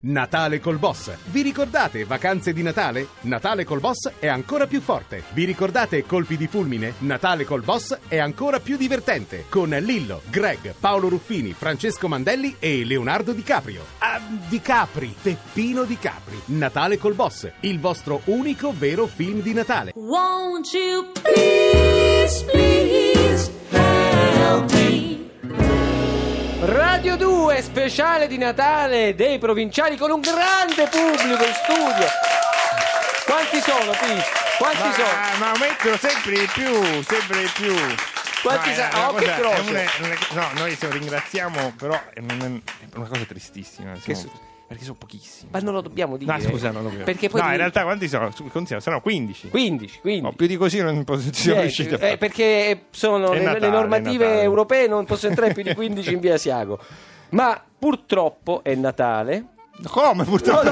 Natale col Boss. Vi ricordate vacanze di Natale? Natale col Boss è ancora più forte. Vi ricordate colpi di fulmine? Natale col Boss è ancora più divertente. Con Lillo, Greg, Paolo Ruffini, Francesco Mandelli e Leonardo Di Caprio. Di Capri, Peppino Di Capri. Natale col Boss, il vostro unico vero film di Natale. Won't you please, please help me? Radio 2, speciale di Natale dei provinciali con un grande pubblico in studio. Quanti sono, Pete? Quanti sono? Ma aumentano sempre di più. Quanti sono? Che croce! No, noi ringraziamo, però è una cosa tristissima. Perché sono pochissimi. Ma non lo dobbiamo dire. No, scusa, non lo dobbiamo. Perché poi in realtà quanti sono? Sono 15. 15. No, più di così non siamo riusciti a fare. Perché sono le normative europee, non posso entrare più di 15 in via Asiago. Ma purtroppo è Natale. Come purtroppo?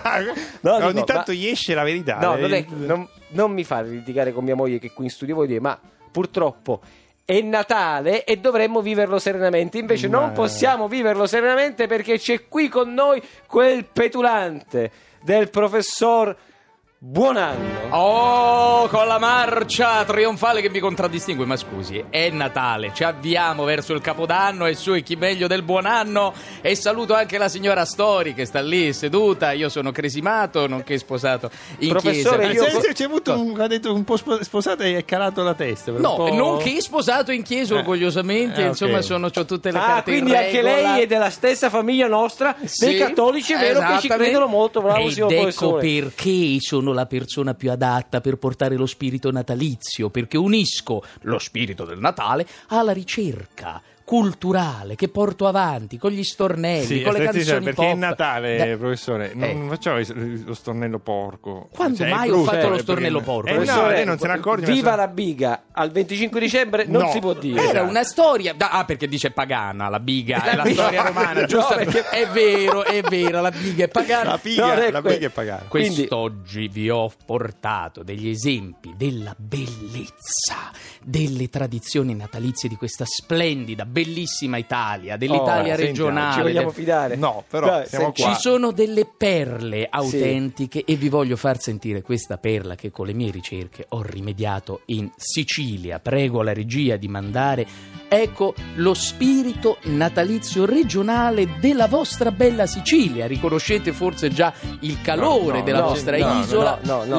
No, ogni tanto gli esce la verità. No, non mi fare litigare con mia moglie che qui in studio vuoi dire, ma purtroppo è Natale e dovremmo viverlo serenamente. Invece non possiamo viverlo serenamente perché c'è qui con noi quel petulante del professor Buonanno. Oh, con la marcia trionfale che vi contraddistingue. Ma scusi, è Natale, ci avviamo verso il Capodanno e su, e chi meglio del Buonanno. E saluto anche la signora Stori che sta lì seduta. Io sono cresimato, nonché sposato in Professore, chiesa. C'è avuto ha detto un po' sposato e è calato la testa. No, nonché sposato in chiesa orgogliosamente. Okay. Insomma, c'ho tutte le carte quindi in anche regola. lei è della stessa famiglia nostra, dei cattolici, è vero che ci credono molto. Bravo, ed signor ecco professore. perché sono la persona più adatta per portare lo spirito natalizio, perché unisco lo spirito del Natale alla ricerca culturale che porto avanti con gli stornelli, con le canzoni perché pop. è Natale, professore, non facciamo lo stornello porco. Quando mai ho fatto lo stornello porco? Professore, lei non se ne accorge. Viva la biga al 25 dicembre non si può dire. Era una storia perché dice pagana, la biga è la storia romana, giusto? perché è vero, la biga è pagana. La biga è pagana. Quest'oggi vi ho portato degli esempi della bellezza delle tradizioni natalizie di questa splendida, bellissima Italia, dell'Italia regionale. Ci vogliamo fidare? No, però Dai, siamo qua. Ci sono delle perle autentiche e vi voglio far sentire questa perla che con le mie ricerche ho rimediato in Sicilia. Prego la regia di mandare. Ecco lo spirito natalizio regionale della vostra bella Sicilia. Riconoscete forse già il calore della vostra isola,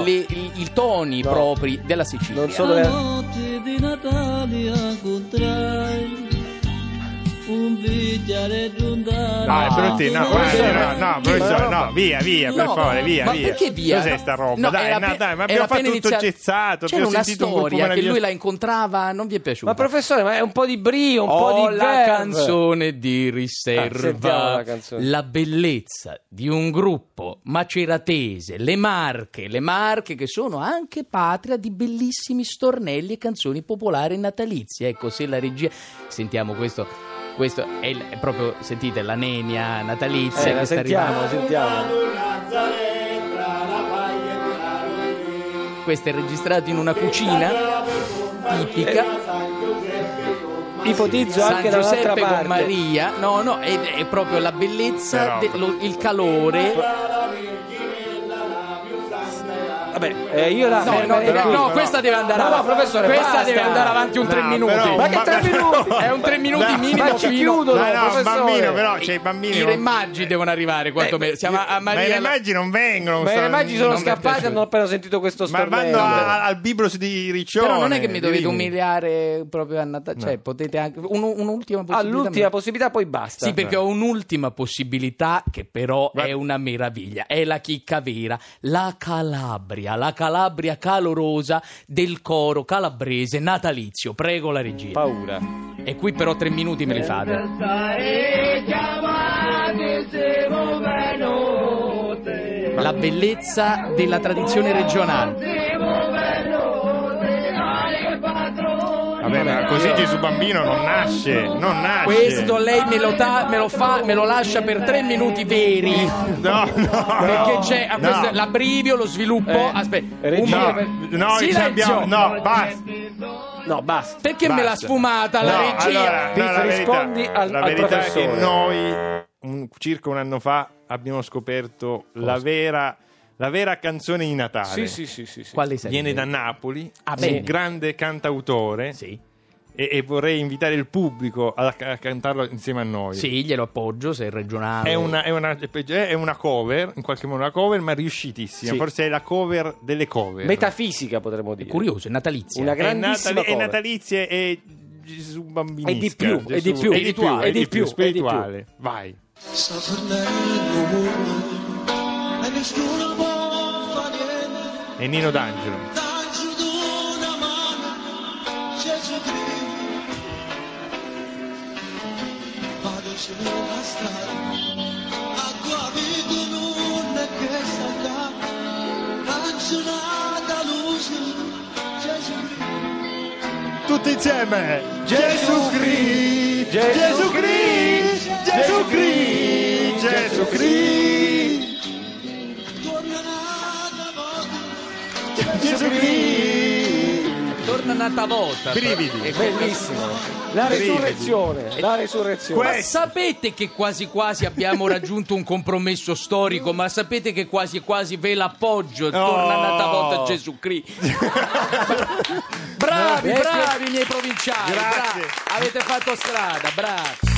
i toni propri della Sicilia. Non solo La notte di Natale incontrai un bicchiere giuntato. No, è bruttino, professore, via, per favore, via. Perché via? Cos'è sta roba? No, Dai, ma abbiamo fatto tutto gezzato. C'era una sentito un gruppo storia che meraviglioso. lui la incontrava, non vi è piaciuta? Ma professore, ma è un po' di brio, un po' di la verve. canzone di sentiamo riserva, la canzone. la bellezza di un gruppo maceratese, le Marche che sono anche patria di bellissimi stornelli e canzoni popolari natalizie. Ecco, se la regia sentiamo questo è proprio, sentite, la nenia natalizia che sta arrivando. Sentiamo. Questo è registrato in una cucina tipica. Ipotizzo San anche dall'altra Giuseppe parte. con Maria. No, è proprio la bellezza, il calore. Vabbè, io la questa deve andare avanti. professore, questa basta. deve andare avanti un 3 minuti. Ma che 3 minuti? È un 3 minuti minimo. Ma ci chiudono, No, professore. bambino, però c'è i bambini. I re maggi devono arrivare quantomeno. Siamo a Ma i Maria. re maggi non vengono. Ma i re magi sono non mi è scappati, piaciuto. hanno appena sentito questo Ma stornello. vanno al Biblos di Riccione. Però non è che mi dovete Rimini. umiliare proprio a Natale. Cioè, potete anche un'ultima possibilità. All'ultima possibilità, poi basta. Sì, perché ho un'ultima possibilità che però è una meraviglia. È la chicca vera. La Calabria calorosa del coro calabrese natalizio. Prego la regia. Paura. E qui però 3 minuti me li fate. La bellezza della tradizione regionale. Vabbè, ma così Gesù bambino non nasce. Questo lei me lo lascia per 3 minuti veri. No. Perché c'è l'abbrivio, lo sviluppo. Aspetta, silenzio. Basta. No, basta. Perché me l'ha sfumata la regia? Rispondi al la verità è che professore. noi circa un anno fa abbiamo scoperto la vera canzone di Natale. Sì. Quale sarebbe? Viene da Napoli, Ah, è bene. un grande cantautore. Sì. E vorrei invitare il pubblico a cantarlo insieme a noi. Sì, glielo appoggio se è regionale. È una cover, in qualche modo una cover, ma riuscitissima. Sì. Forse è la cover delle cover. Metafisica, potremmo dire. Curioso, è natalizia. Una È grandissima è cover. natalizia e Gesù bambinisca. E di più, Gesù- e di più, e di più, e di più, spirituale. Vai. Sta tornando e nessuno può fare niente. E Nino D'Angelo. Lancio d'una mano, Gesù Cristo. Vado sulla strada, a tua vita non è che salta. Lancio una luce, Gesù Cristo. Tutti insieme. Gesù Cristo. Gesù Cristo. Gesù Cristo. Gesù Cristo. Torna una volta, Gesù Cristo. Torna un'altra volta. Brividi. È bellissimo. La resurrezione. La resurrezione. Ma sapete che quasi quasi abbiamo raggiunto un compromesso storico, ma sapete che quasi quasi ve l'appoggio, torna un'altra volta Gesù Cristo. bravi, bravi miei provinciali, Grazie. bravi. Avete fatto strada, bravi.